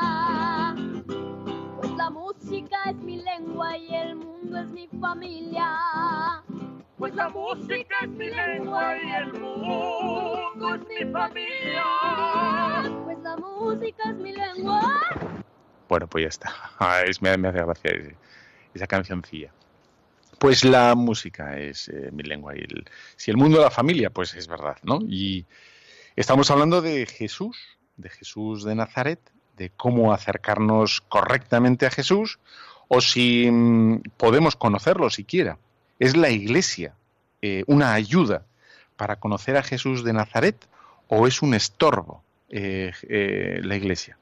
Pues la música es mi lengua y el mundo es mi familia. Pues la música es mi lengua y el mundo es mi familia. Pues la música es mi lengua. Bueno, pues ya está. Me hace gracia esa cancioncilla. Pues la música es mi lengua y si el mundo es la familia, pues es verdad, ¿no? Y Estamos hablando de Jesús de Nazaret, de cómo acercarnos correctamente a Jesús, o si podemos conocerlo siquiera. ¿Es la Iglesia una ayuda para conocer a Jesús de Nazaret o es un estorbo la Iglesia?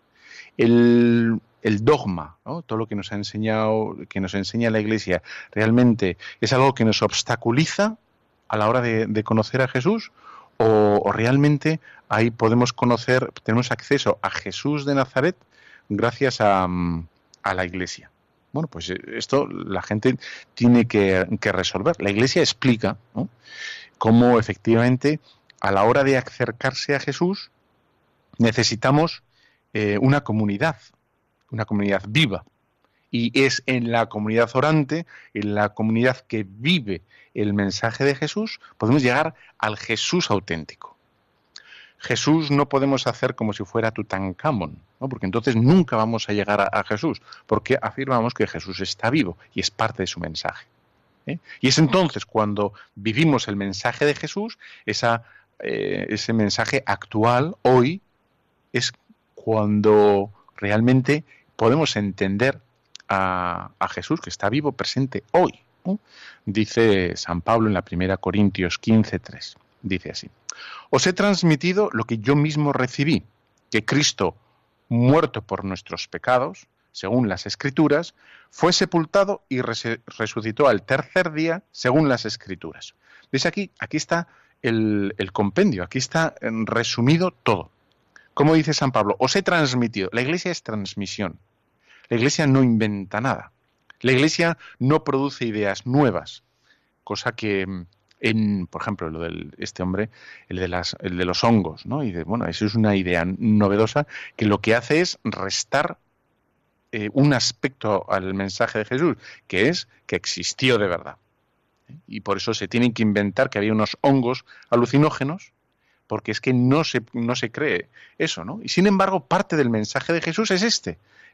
El dogma, ¿no? Todo lo que nos ha enseñado, que nos enseña la Iglesia, ¿realmente es algo que nos obstaculiza a la hora de conocer a Jesús? ¿O realmente ahí podemos conocer, tenemos acceso a Jesús de Nazaret gracias a la Iglesia? Bueno, pues esto la gente tiene que resolver. La Iglesia explica, ¿no?, cómo efectivamente a la hora de acercarse a Jesús necesitamos una comunidad viva. Y es en la comunidad orante, en la comunidad que vive el mensaje de Jesús, podemos llegar al Jesús auténtico. Jesús no podemos hacer como si fuera Tutankamón, ¿no?, porque entonces nunca vamos a llegar a Jesús, porque afirmamos que Jesús está vivo y es parte de su mensaje. Y es entonces cuando vivimos el mensaje de Jesús, ese mensaje actual, hoy, es cuando realmente podemos entender a Jesús, que está vivo, presente hoy, ¿no? Dice San Pablo en la 1 Corintios 15:3, dice así: os he transmitido lo que yo mismo recibí, que Cristo, muerto por nuestros pecados, según las Escrituras, fue sepultado y resucitó al tercer día, según las Escrituras. ¿Ves? Aquí está el compendio, aquí está resumido todo. Como dice San Pablo, os he transmitido. La Iglesia es transmisión. La Iglesia no inventa nada. La Iglesia no produce ideas nuevas, cosa que por ejemplo, lo de este hombre, el de los hongos, ¿no? Y bueno, eso es una idea novedosa que lo que hace es restar un aspecto al mensaje de Jesús, que es que existió de verdad. Y por eso se tienen que inventar que había unos hongos alucinógenos, porque es que no se cree eso, ¿no? Y sin embargo, parte del mensaje de Jesús es este,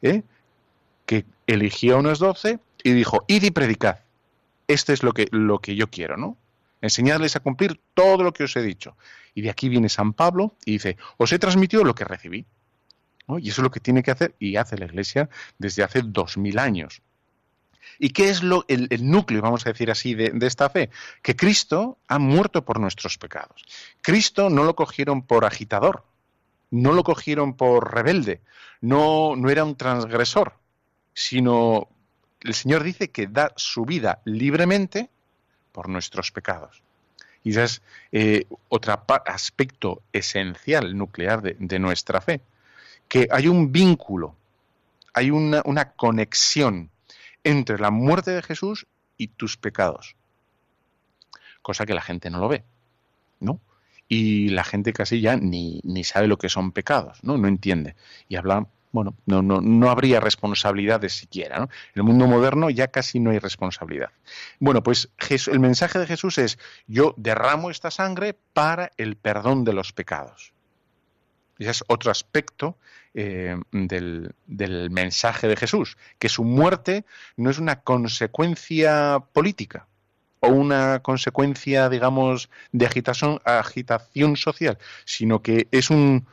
que eligió a unos 12 y dijo: id y predicad. Esto es lo que yo quiero, ¿no? Enseñadles a cumplir todo lo que os he dicho. Y de aquí viene San Pablo y dice: os he transmitido lo que recibí, ¿no? Y eso es lo que tiene que hacer y hace la Iglesia desde hace 2000 años. ¿Y qué es el núcleo, vamos a decir así, de esta fe? Que Cristo ha muerto por nuestros pecados. Cristo no lo cogieron por agitador, no lo cogieron por rebelde, no era un transgresor, sino el Señor dice que da su vida libremente por nuestros pecados. Y ese es otro aspecto esencial, nuclear de nuestra fe, que hay un vínculo, hay una conexión entre la muerte de Jesús y tus pecados, cosa que la gente no lo ve, ¿no? Y la gente casi ya ni sabe lo que son pecados, ¿no? No entiende. Y habla, bueno, no habría responsabilidades siquiera, ¿no? En el mundo moderno ya casi no hay responsabilidad. Bueno, pues el mensaje de Jesús es: yo derramo esta sangre para el perdón de los pecados. Ese es otro aspecto del mensaje de Jesús, que su muerte no es una consecuencia política o una consecuencia, digamos, de agitación social, sino que es un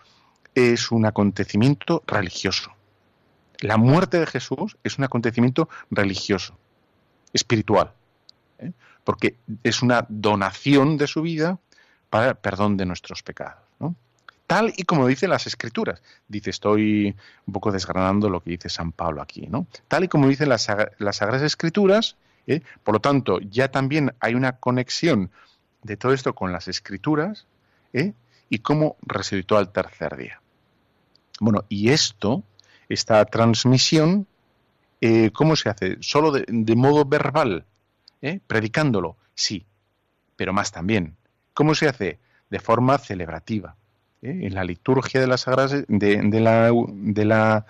acontecimiento religioso. La muerte de Jesús es un acontecimiento religioso, espiritual, porque es una donación de su vida para el perdón de nuestros pecados, ¿no? Tal y como dicen las Escrituras. Dice, estoy un poco desgranando lo que dice San Pablo aquí, ¿no? Tal y como dicen las Sagradas Escrituras, por lo tanto, ya también hay una conexión de todo esto con las Escrituras, y cómo resucitó al tercer día. Bueno, y esta transmisión, ¿cómo se hace? ¿Solo de modo verbal? ¿Predicándolo? Sí, pero más también. ¿Cómo se hace? De forma celebrativa. En la liturgia de las Sagradas de la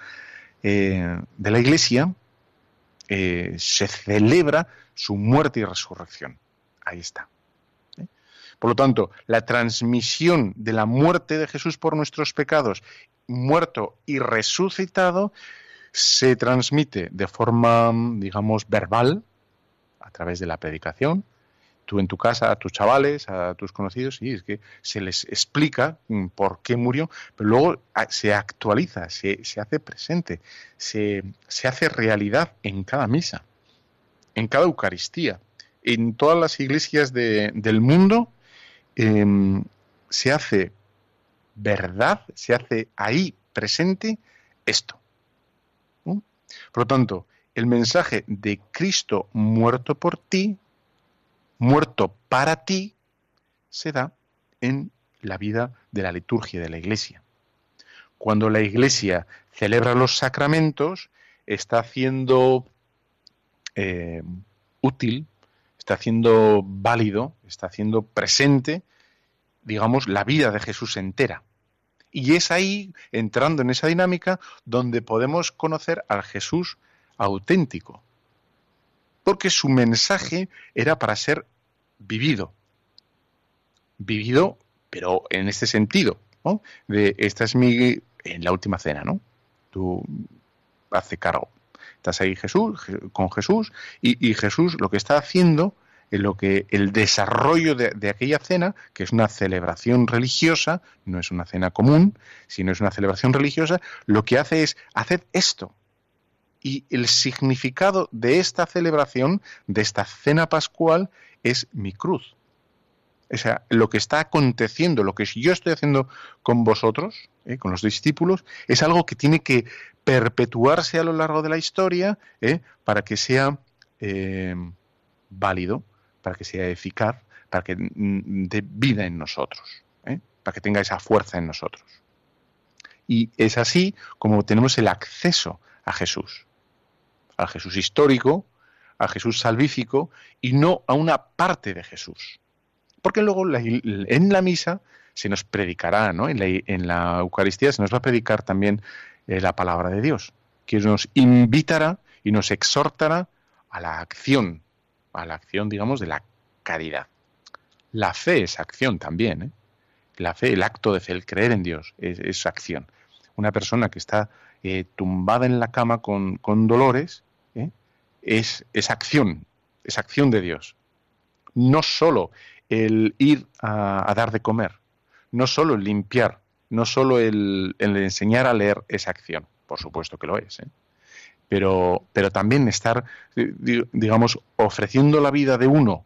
Iglesia se celebra su muerte y resurrección. Ahí está. Por lo tanto, la transmisión de la muerte de Jesús por nuestros pecados, muerto y resucitado, se transmite de forma, digamos, verbal, a través de la predicación. tú en tu casa, a tus chavales, a tus conocidos, sí, es que se les explica por qué murió, pero luego se actualiza, se hace presente, se hace realidad en cada misa, en cada Eucaristía. En todas las iglesias del mundo se hace verdad, se hace ahí presente esto. Por lo tanto, el mensaje de Cristo muerto por ti, muerto para ti, se da en la vida de la liturgia de la Iglesia. Cuando la Iglesia celebra los sacramentos, está haciendo útil, está haciendo válido, está haciendo presente, digamos, la vida de Jesús entera. Y es ahí, entrando en esa dinámica, donde podemos conocer al Jesús auténtico. Porque su mensaje era para ser vivido. Vivido, pero en este sentido, ¿no? Esta es en la última cena, ¿no? Tú haces cargo. Estás ahí con Jesús, y Jesús lo que está haciendo, el desarrollo de aquella cena, que es una celebración religiosa, no es una cena común, sino es una celebración religiosa, lo que hace es hacer esto. Y el significado de esta celebración, de esta cena pascual, es mi cruz. O sea, lo que está aconteciendo, lo que yo estoy haciendo con vosotros, con los discípulos, es algo que tiene que perpetuarse a lo largo de la historia, para que sea válido, para que sea eficaz, para que dé vida en nosotros, para que tenga esa fuerza en nosotros. Y es así como tenemos el acceso a Jesús histórico, a Jesús salvífico, y no a una parte de Jesús. Porque luego en la misa se nos predicará, ¿no? En la Eucaristía se nos va a predicar también la palabra de Dios, que nos invitará y nos exhortará a la acción, digamos, de la caridad. La fe es acción también, La fe, el acto de fe, el creer en Dios, es acción. Una persona que está tumbada en la cama con dolores, es acción de Dios. No solo el ir a dar de comer, no solo el limpiar, no solo el enseñar a leer es acción, por supuesto que lo es, pero también estar, digamos, ofreciendo la vida de uno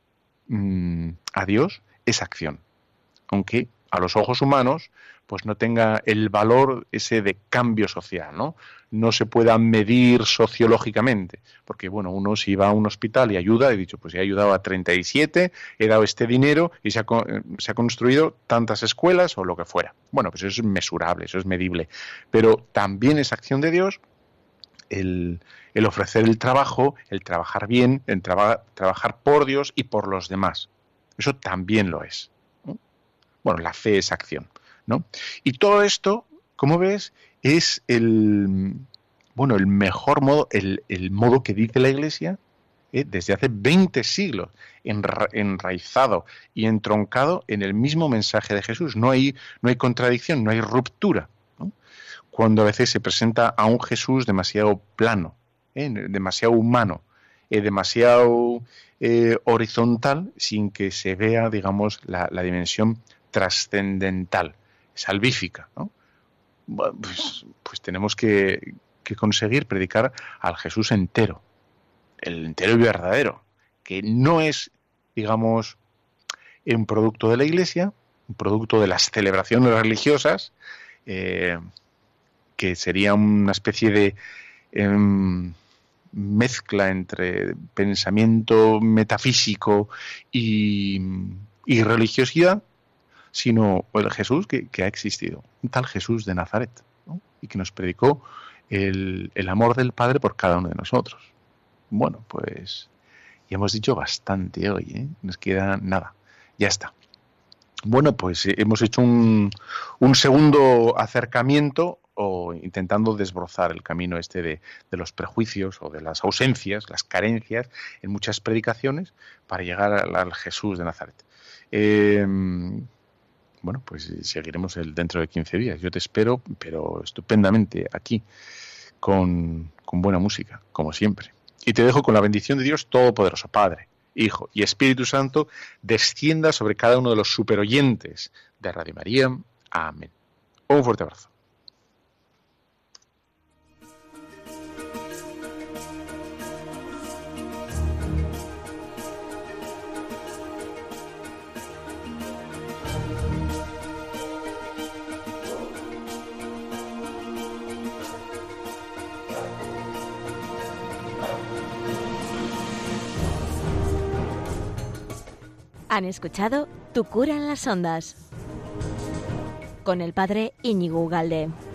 a Dios es acción, aunque a los ojos humanos pues no tenga el valor ese de cambio social, no se pueda medir sociológicamente, porque bueno, uno si va a un hospital y ayuda, he dicho, pues he ayudado a 37, he dado este dinero y se ha construido tantas escuelas o lo que fuera. Bueno, pues eso es mesurable, eso es medible, pero también es acción de Dios el ofrecer el trabajo, el trabajar bien, el trabajar por Dios y por los demás. Eso también lo es, ¿no? Bueno, la fe es acción, ¿no? Y todo esto, como ves, es el mejor modo, el modo que dice la Iglesia desde hace 20 siglos, enraizado y entroncado en el mismo mensaje de Jesús. No hay contradicción, no hay ruptura, ¿no? Cuando a veces se presenta a un Jesús demasiado plano, demasiado humano, demasiado horizontal, sin que se vea, digamos, la dimensión trascendental, salvífica, ¿no? Pues tenemos que conseguir predicar al Jesús entero, el entero y verdadero, que no es, digamos, un producto de la Iglesia, un producto de las celebraciones religiosas, que sería una especie de mezcla entre pensamiento metafísico y religiosidad, sino el Jesús que ha existido, un tal Jesús de Nazaret, ¿no? Y que nos predicó el amor del Padre por cada uno de nosotros. Bueno, pues ya hemos dicho bastante hoy, nos queda nada, ya está. Bueno, pues hemos hecho un segundo acercamiento, o intentando desbrozar el camino de los prejuicios o de las ausencias, las carencias en muchas predicaciones para llegar al Jesús de Nazaret. Bueno, pues seguiremos dentro de 15 días. Yo te espero, pero estupendamente aquí, con buena música, como siempre. Y te dejo con la bendición de Dios Todopoderoso, Padre, Hijo y Espíritu Santo, descienda sobre cada uno de los superoyentes de Radio María. Amén. Un fuerte abrazo. Han escuchado Tu cura en las ondas con el padre Íñigo Ugalde.